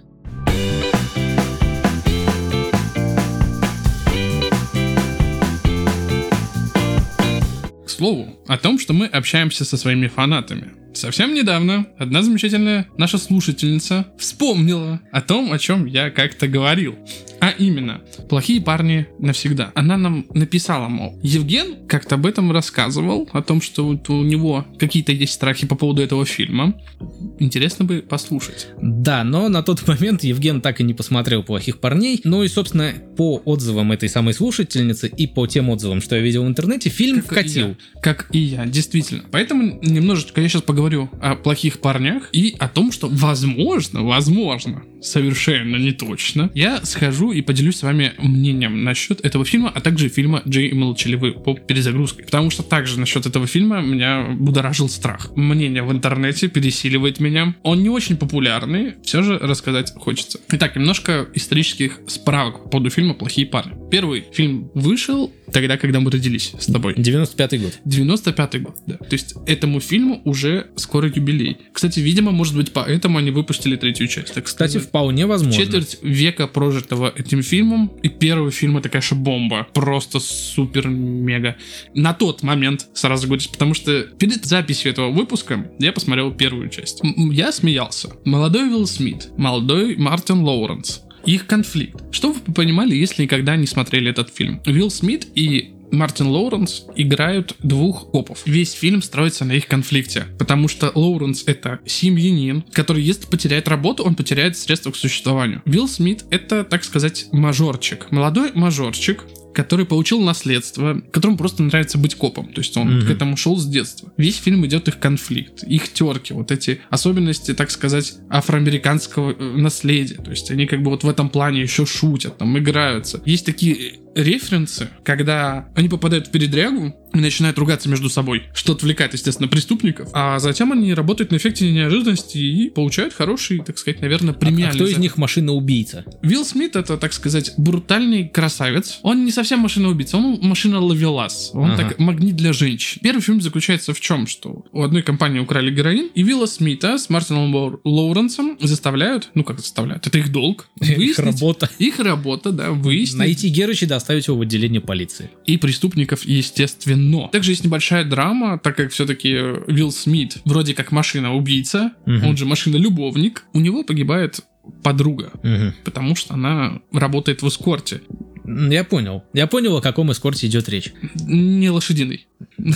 К слову, о том, что мы общаемся со своими фанатами. Совсем недавно одна замечательная наша слушательница вспомнила о том, о чем я как-то говорил. А именно, плохие парни навсегда. Она нам написала, мол, Евген как-то об этом рассказывал, о том, что вот у него какие-то есть страхи по поводу этого фильма. Интересно бы послушать. Да, но на тот момент Евген так и не посмотрел «Плохих парней». Ну и, собственно, по отзывам этой самой слушательницы и по тем отзывам, что я видел в интернете, фильм вкатил. Как и я, действительно. Поэтому немножечко я сейчас поговорю о «Плохих парнях» и о том, что возможно, совершенно не точно, я схожу и поделюсь с вами мнением насчет этого фильма, а также фильма «Джей и молчаливый по перезагрузке». Потому что также насчет этого фильма меня будоражил страх. Мнение в интернете пересиливает меня. Он не очень популярный, все же рассказать хочется. Итак, немножко исторических справок по поводу фильма «Плохие парни». Первый фильм вышел тогда, когда мы родились с тобой. 95-й год. 95-й год, да. То есть этому фильму уже скоро юбилей. Кстати, видимо, может быть, поэтому они выпустили 3-ю часть. Так Кстати, вполне возможно. Четверть века прожитого этим фильмом, и первый фильм — это, конечно, бомба. Просто супер-мега. На тот момент, сразу говорю, потому что перед записью этого выпуска я посмотрел первую часть. Я смеялся. Молодой Уилл Смит, молодой Мартин Лоуренс. Их конфликт. Что вы понимали, если никогда не смотрели этот фильм? Уилл Смит и Мартин Лоуренс играют двух копов. Весь фильм строится на их конфликте, потому что Лоуренс — это семьянин, который, если потеряет работу, он потеряет средства к существованию. Уилл Смит — это, так сказать, мажорчик, молодой мажорчик, который получил наследство, которому просто нравится быть копом. То есть он к этому шел с детства. Весь фильм идет их конфликт, их терки, вот эти особенности, так сказать, афроамериканского наследия. То есть они как бы вот в этом плане еще шутят, там играются. Есть такие референсы, когда они попадают в передрягу и начинают ругаться между собой, что отвлекает, естественно, преступников, а затем они работают на эффекте неожиданности и получают хороший, так сказать, наверное, премиальный. А кто из них машина-убийца? Уилл Смит — это, так сказать, брутальный красавец. Он не совсем машина-убийца, он машина-ловелас. Он так магнит для женщин. Первый фильм заключается в чем? Что у одной компании украли героин, и Уилла Смита с Мартином Лоуренсом заставляют, ну как заставляют, это их долг, их работа. Их работа, да, выяснить. Найти Герыча и доставить его в отделение полиции. И преступников, естественно. Также есть небольшая драма, так как все-таки Уилл Смит вроде как машина-убийца, он же машина-любовник, у него погибает подруга, потому что она работает в эскорте. Я понял, о каком эскорте идет речь. Не лошадиный.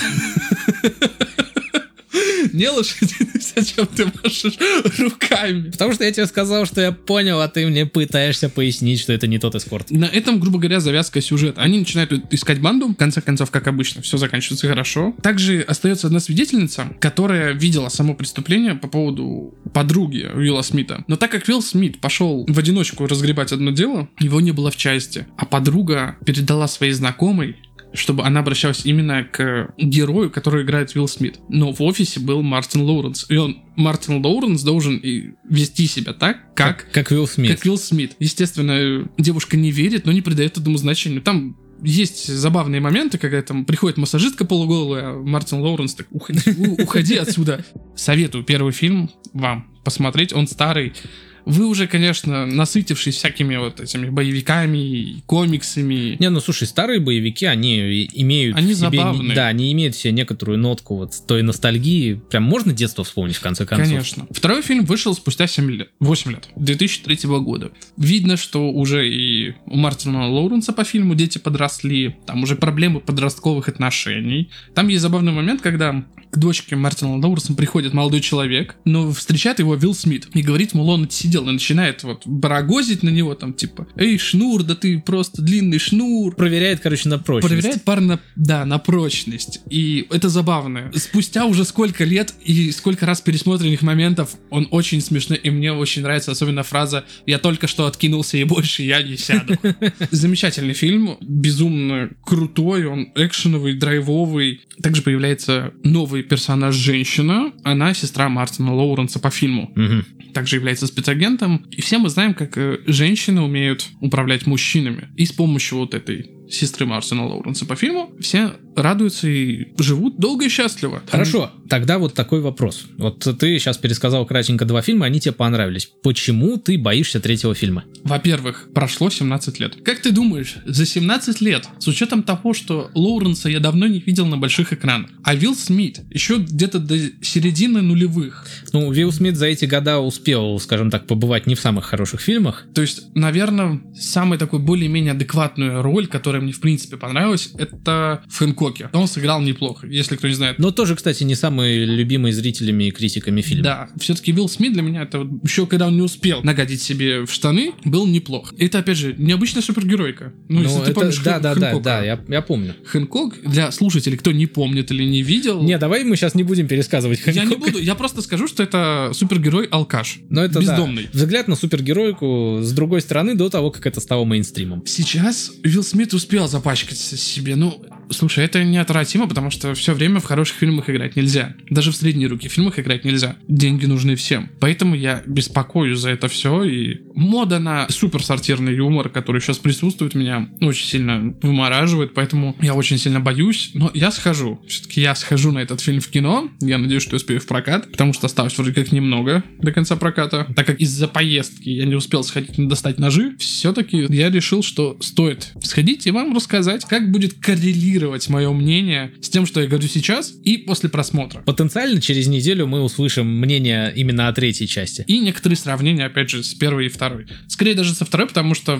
Не лошадиный, зачем ты машешь руками? Потому что я тебе сказал, что я понял, а ты мне пытаешься пояснить, что это не тот эскорт. На этом, грубо говоря, завязка сюжета. Они начинают искать банду, в конце концов, как обычно, все заканчивается хорошо. Также остается одна свидетельница, которая видела само преступление по поводу подруги Уилла Смита. Но так как Уилл Смит пошел в одиночку разгребать одно дело, его не было в части. А подруга передала своей знакомой, чтобы она обращалась именно к герою, который играет Уилл Смит. Но в офисе был Мартин Лоуренс. И Мартин Лоуренс должен вести себя так, как Уилл Смит. Как Уилл Смит. Естественно, девушка не верит, но не придает этому значению. Там есть забавные моменты, когда там приходит массажистка полуголая, а Мартин Лоуренс так: уходи отсюда. Советую первый фильм вам посмотреть, он старый. Вы уже, конечно, насытившись всякими вот этими боевиками, комиксами. Не, ну слушай, старые боевики, они имеют они в себе... забавные. Да, они имеют в себе некоторую нотку вот той ностальгии. Прям можно детство вспомнить, в конце концов. Конечно. Второй фильм вышел спустя 8 лет, 2003 года. Видно, что уже и у Мартина Лоуренса по фильму дети подросли, там уже проблемы подростковых отношений. Там есть забавный момент, когда к дочке Мартина Лоуренса приходит молодой человек, но встречает его Уилл Смит и говорит, мол, он сидел и начинает вот барагозить на него, там типа: эй, шнур, да ты просто длинный шнур. Проверяет, короче, на прочность. Проверяет парня, на прочность. И это забавно. Спустя уже сколько лет и сколько раз пересмотренных моментов, он очень смешной, и мне очень нравится особенно фраза: я только что откинулся и больше я не сяду. Замечательный фильм, безумно крутой, он экшеновый, драйвовый. Также появляется новый персонаж женщина, она сестра Мартина Лоуренса по фильму. Также является спецагентом. И все мы знаем, как женщины умеют управлять мужчинами. И с помощью вот этой сестры Мартина Лоуренса по фильму все радуются и живут долго и счастливо. Хорошо, тогда вот такой вопрос. Вот ты сейчас пересказал кратенько 2 фильма, они тебе понравились. Почему ты боишься 3-го фильма? Во-первых, прошло 17 лет. Как ты думаешь, за 17 лет, с учетом того, что Лоуренса я давно не видел на больших экранах, а Уилл Смит еще где-то до середины нулевых. Ну, Уилл Смит за эти года успел, скажем так, побывать не в самых хороших фильмах. То есть, наверное, самая такой более-менее адекватную роль, которая мне в принципе понравилась, это в Хэнкоке. Он сыграл неплохо, если кто не знает. Но тоже, кстати, не самый любимый зрителями и критиками фильм. Да, все-таки Уилл Смит для меня, это вот еще когда он не успел нагадить себе в штаны, был неплох. Это, опять же, необычная супергеройка. Ну, если ты помнишь Хэнкока. Да, я помню. Хэнкок, для слушателей, кто не помнит или не видел... Не, давай мы сейчас не будем пересказывать Хэнкока. Я не буду, я просто скажу, что это супергерой-алкаш. Но это бездомный. Да. Взгляд на супергеройку с другой стороны до того, как это стало мейнстримом. Сейчас Уилл Смит успел запачкать себе, слушай, это неотвратимо, потому что все время в хороших фильмах играть нельзя. Даже в средней руки фильмах играть нельзя. Деньги нужны всем. Поэтому я беспокоюсь за это все. И мода на суперсортирный юмор, который сейчас присутствует, меня очень сильно вымораживает. Поэтому я очень сильно боюсь. Но я схожу. Все-таки я схожу на этот фильм в кино. Я надеюсь, что успею в прокат. Потому что осталось вроде как немного до конца проката. Так как из-за поездки я не успел сходить достать ножи, все-таки я решил, что стоит сходить и вам рассказать, как будет коррелировать мое мнение с тем, что я говорю сейчас, и после просмотра. Потенциально через неделю мы услышим мнение именно о 3-й части. И некоторые сравнения, опять же, с 1-й и 2-й. Скорее даже со 2-й, потому что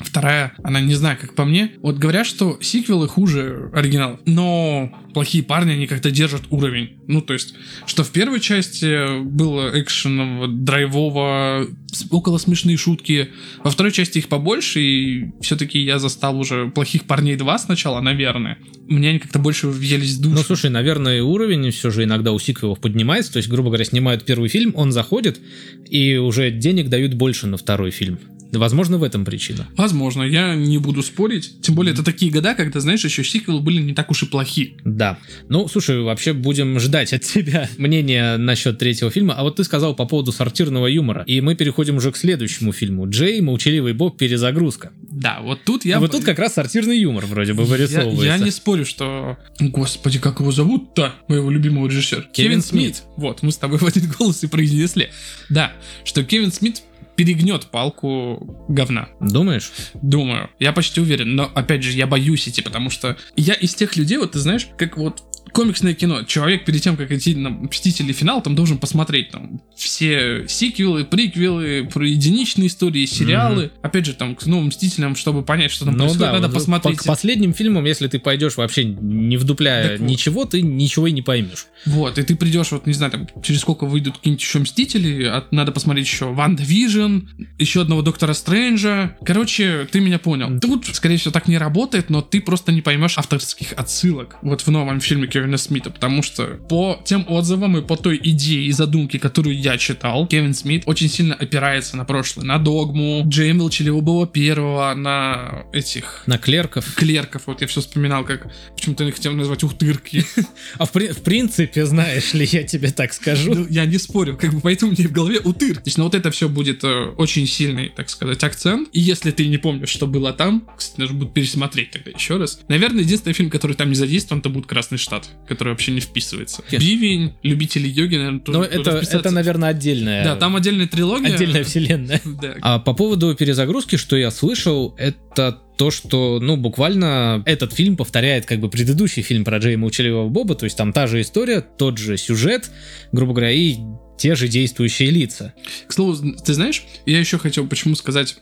Вторая, она не знаю, как по мне. Вот говорят, что сиквелы хуже оригинала, но плохие парни, они как-то держат уровень. Ну, то есть, что в первой части было экшеново, драйвово, около смешные шутки. Во второй части их побольше, и все-таки я застал уже «Плохих парней 2» сначала, наверное. Мне они как-то больше въелись в душу. Ну, слушай, наверное, уровень все же иногда у сиквелов поднимается. То есть, грубо говоря, снимают первый фильм, он заходит, и уже денег дают больше на второй фильм. Возможно, в этом причина. Возможно, я не буду спорить. Тем более, это такие года, когда, знаешь, еще сиквелы были не так уж и плохи. Да. Ну, слушай, вообще будем ждать от тебя мнения насчет третьего фильма. А вот ты сказал по поводу сортирного юмора. И мы переходим уже к следующему фильму. «Джей, молчаливый Боб. Перезагрузка». Да, вот тут я... Вот тут как раз сортирный юмор вроде бы вырисовывается. Я не спорю, что... Господи, как его зовут-то? Моего любимого режиссера. Кевин Смит. Вот, мы с тобой в один голос и произнесли. Да, что Кевин Смит перегнет палку говна. Думаешь? Думаю. Я почти уверен. Но, опять же, я боюсь идти, потому что я из тех людей, вот ты знаешь, как вот комиксное кино. Человек перед тем, как идти на «Мстители. Финал», там должен посмотреть там все сиквелы, приквелы, про единичные истории, сериалы. Опять же, там, к новым «Мстителям», чтобы понять, что там происходит, да, надо посмотреть. К последним фильмам, если ты пойдешь вообще не вдупляя ничего, ты ничего и не поймешь. Вот, и ты придешь, вот, не знаю, там, через сколько выйдут какие-нибудь еще «Мстители», надо посмотреть еще «Ванда Вижн», еще одного «Доктора Стрэнджа». Короче, ты меня понял. Тут, скорее всего, так не работает, но ты просто не поймешь авторских отсылок вот в новом фильме Кевина Смита, потому что по тем отзывам и по той идее и задумке, которую я читал, Кевин Смит очень сильно опирается на прошлое, на «Догму», Джея Молчаливого первого, на этих... На клерков. Клерков, вот я все вспоминал, как... Почему-то я хотел назвать ухтырки. А в принципе, знаешь ли, я тебе так скажу. Ну, я не спорю, как бы поэтому мне в голове утыр. То есть, ну вот это все будет очень сильный, так сказать, акцент. И если ты не помнишь, что было там, кстати, нужно будет пересмотреть тогда еще раз. Наверное, единственный фильм, который там не задействован, это будет «Красный штат», который вообще не вписывается. «Бивень», «Любители йоги», наверное, тоже. Но это, наверное, отдельная... Да, там отдельная трилогия. Отдельная вселенная. Да. А по поводу перезагрузки, что я слышал, это то, что, ну, буквально этот фильм повторяет как бы предыдущий фильм про Джея Молчаливого Боба, то есть там та же история, тот же сюжет, грубо говоря, и те же действующие лица. К слову, ты знаешь, я еще хотел почему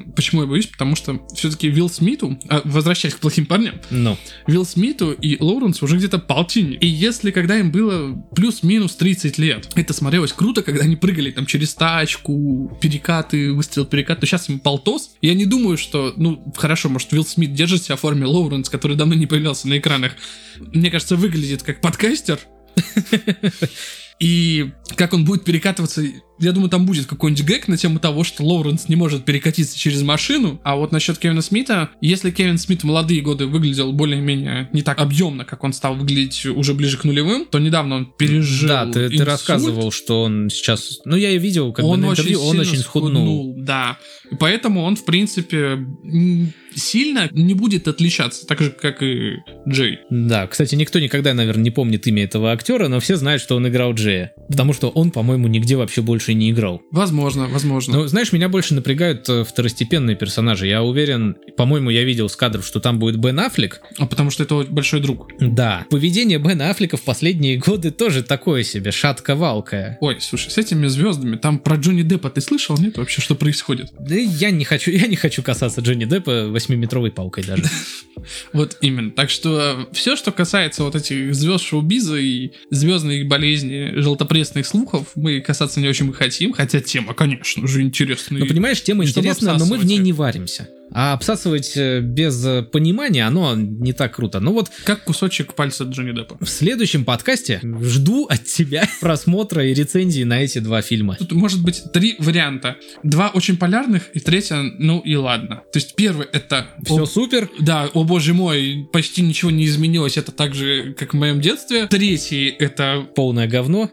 я боюсь, потому что все-таки Уилл Смиту, возвращаясь к «Плохим парням», Уилл Смиту и Лоуренс уже где-то полтинник. И если когда им было плюс-минус 30 лет, это смотрелось круто, когда они прыгали там через тачку, перекаты, выстрел-перекат, то сейчас им полтос. Я не думаю, что, ну, хорошо, может, Уилл Смит держит себя в форме Лоуренс, который давно не появлялся на экранах. Мне кажется, выглядит как подкастер. И как он будет перекатываться, я думаю, там будет какой-нибудь гэг на тему того, что Лоуренс не может перекатиться через машину. А вот насчет Кевина Смита, если Кевин Смит в молодые годы выглядел более-менее не так объемно, как он стал выглядеть уже ближе к нулевым, то недавно он пережил инсульт. Ты рассказывал, что он сейчас... Ну, я и видел, как бы на интервью, он очень схуднул. Да, и поэтому он, в принципе, сильно не будет отличаться, так же, как и Джей. Да, кстати, никто никогда, наверное, не помнит имя этого актера, но все знают, что он играл Джея. Потому что он, по-моему, нигде вообще больше не играл. Возможно. Но, знаешь, меня больше напрягают второстепенные персонажи. Я уверен, по-моему, я видел с кадров, что там будет Бен Аффлек. Потому что это большой друг. Да. Поведение Бена Аффлека в последние годы тоже такое себе, шатко-валкое. Ой, слушай, с этими звездами, там про Джонни Деппа ты слышал, нет, вообще, что происходит? Да я не хочу касаться Джонни Деппа 8-метровой палкой даже. Вот именно. Так что все, что касается вот этих звезд шоу-биза и звездной болезни желтопресных слухов, мы касаться не очень хотим, хотя тема, конечно же, интересная. Ну, понимаешь, тема интересная, но мы в ней не варимся. А обсасывать без понимания, оно не так круто. Ну вот... Как кусочек пальца Джонни Деппа. В следующем подкасте жду от тебя просмотра и рецензии на эти два фильма. Тут может быть 3 варианта. 2 очень полярных, и 3, ну и ладно. То есть первый это... Все супер? Да, о боже мой, почти ничего не изменилось, это так же, как в моем детстве. 3 это... Полное говно.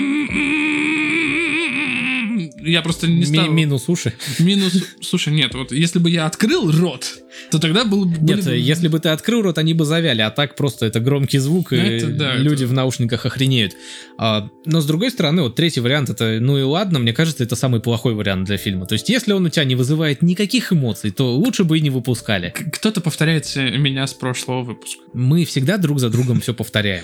Я просто не стал... Минус уши. Слушай, нет, вот если бы я открыл рот, то тогда был бы... Нет, если бы ты открыл рот, они бы завяли, а так просто это громкий звук, и люди в наушниках охренеют. Но с другой стороны, вот третий вариант, это, ну и ладно, мне кажется, это самый плохой вариант для фильма. То есть, если он у тебя не вызывает никаких эмоций, то лучше бы и не выпускали. Кто-то повторяет меня с прошлого выпуска. Мы всегда друг за другом все повторяем.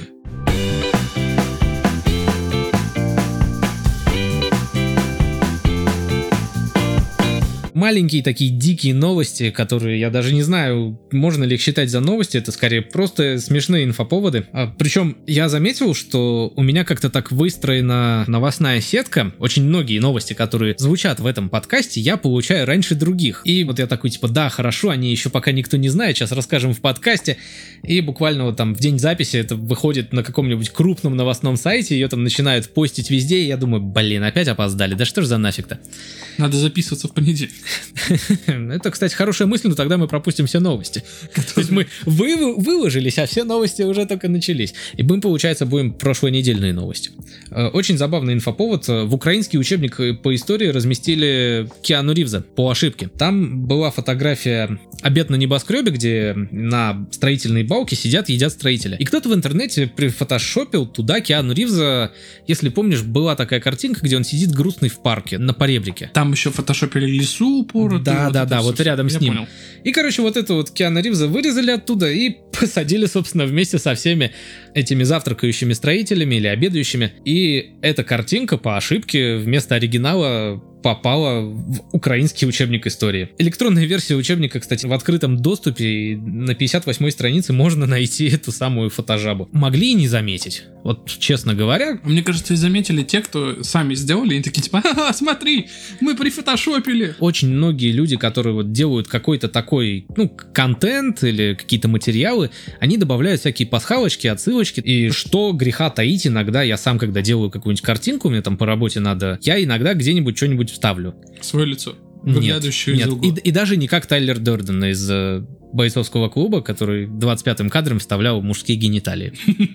Мы маленькие такие дикие новости, которые я даже не знаю, можно ли их считать за новости, это скорее просто смешные инфоповоды. Причем я заметил, что у меня как-то так выстроена новостная сетка, очень многие новости, которые звучат в этом подкасте, я получаю раньше других. И вот я такой, типа, да, хорошо, они еще пока никто не знает, сейчас расскажем в подкасте. И буквально вот там в день записи это выходит на каком-нибудь крупном новостном сайте, ее там начинают постить везде, и я думаю, блин, опять опоздали, да что ж за нафиг-то? Надо записываться в понедельник. Это, кстати, хорошая мысль, но тогда мы пропустим все новости. То есть мы выложились, а все новости уже только начались. И мы, получается, будем прошлонедельные новости. Очень забавный инфоповод. В украинский учебник по истории разместили Киану Ривза по ошибке. Там была фотография «Обед на небоскребе», где на строительной балке сидят, едят строители. И кто-то в интернете прифотошопил туда Киану Ривза, если помнишь, была такая картинка, где он сидит грустный в парке на поребрике. Там еще фотошопили лесу упоротую. Да, вот рядом с ним. Понял. И, короче, вот это вот Киану Ривза вырезали оттуда и посадили, собственно, вместе со всеми этими завтракающими строителями или обедающими. И эта картинка по ошибке вместо оригинала попала в украинский учебник истории. Электронная версия учебника, кстати, в открытом доступе, и на 58-й странице можно найти эту самую фотожабу. Могли и не заметить. Вот, честно говоря. Мне кажется, и заметили те, кто сами сделали, и такие типа, ха-ха, смотри, мы прифотошопили. Очень многие люди, которые вот делают какой-то такой, контент или какие-то материалы, они добавляют всякие пасхалочки, отсылочки. И что греха таить, иногда я сам, когда делаю какую-нибудь картинку, мне там по работе надо, я иногда где-нибудь что-нибудь вставлю. Свое лицо. Выглядывающее из угла. И даже не как Тайлер Дерден из бойцовского клуба, который 25-м кадром вставлял мужские гениталии.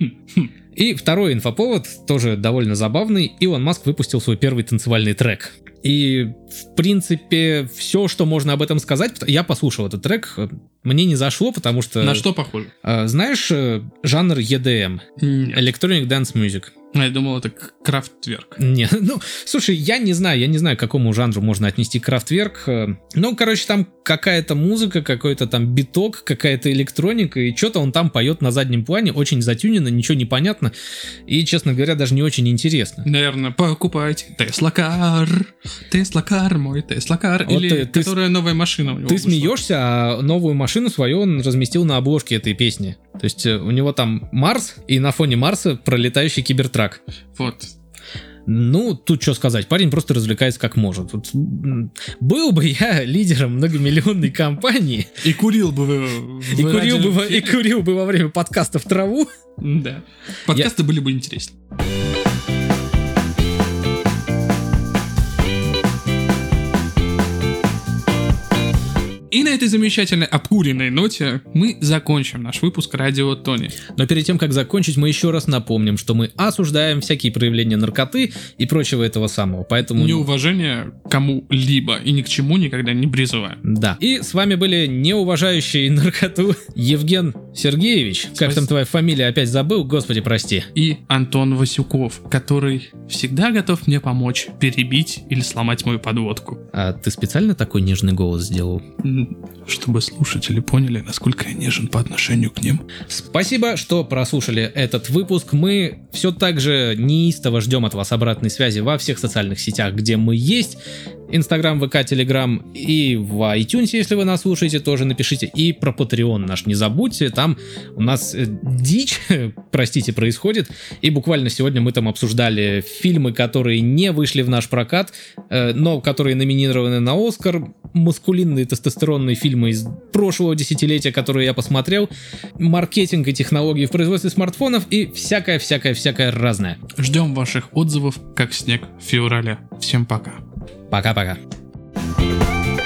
И второй инфоповод, тоже довольно забавный. Илон Маск выпустил свой первый танцевальный трек. И, в принципе, все, что можно об этом сказать, я послушал этот трек, мне не зашло, потому что... На что похоже? Знаешь, жанр EDM? Нет. Electronic Dance Music. Я думал, это Крафтверк. Не, слушай, я не знаю, к какому жанру можно отнести Крафтверк. Короче, там какая-то музыка, какой-то там биток, какая-то электроника, и что-то он там поет на заднем плане, очень затюнено, ничего не понятно, и, честно говоря, даже не очень интересно. Наверное, покупайте Tesla Car, мой Tesla Car, вот или которая новая машина у него. Ты смеешься, а новую машину свою он разместил на обложке этой песни. То есть у него там Марс, и на фоне Марса пролетающий кибертрак. Вот. Тут что сказать, парень просто развлекается как может. Вот, был бы я лидером многомиллионной компании. И курил бы во время подкастов траву. Да. Подкасты были бы интереснее. И на этой замечательной обкуренной ноте мы закончим наш выпуск Радио Тони. Но перед тем, как закончить, мы еще раз напомним, что мы осуждаем всякие проявления наркоты и прочего этого самого, поэтому... Неуважение к кому-либо и ни к чему никогда не призываем. Да. И с вами были неуважающие наркоту Евген Сергеевич. Как там твоя фамилия, опять забыл, господи, прости. И Антон Васюков, который всегда готов мне помочь, перебить или сломать мою подводку. А ты специально такой нежный голос сделал? Чтобы слушатели поняли, насколько я нежен по отношению к ним. Спасибо, что прослушали этот выпуск. Мы все так же неистово ждем от вас обратной связи во всех социальных сетях, где мы есть. Инстаграм, ВК, Телеграм и в iTunes, если вы нас слушаете, тоже напишите. И про Patreon наш не забудьте, там у нас дичь, простите, происходит. И буквально сегодня мы там обсуждали фильмы, которые не вышли в наш прокат, но которые номинированы на Оскар. Маскулинные тестостеронные фильмы из прошлого десятилетия, которые я посмотрел. Маркетинг и технологии в производстве смартфонов и всякое разное. Ждем ваших отзывов, как снег в феврале. Всем пока. Пока-пока.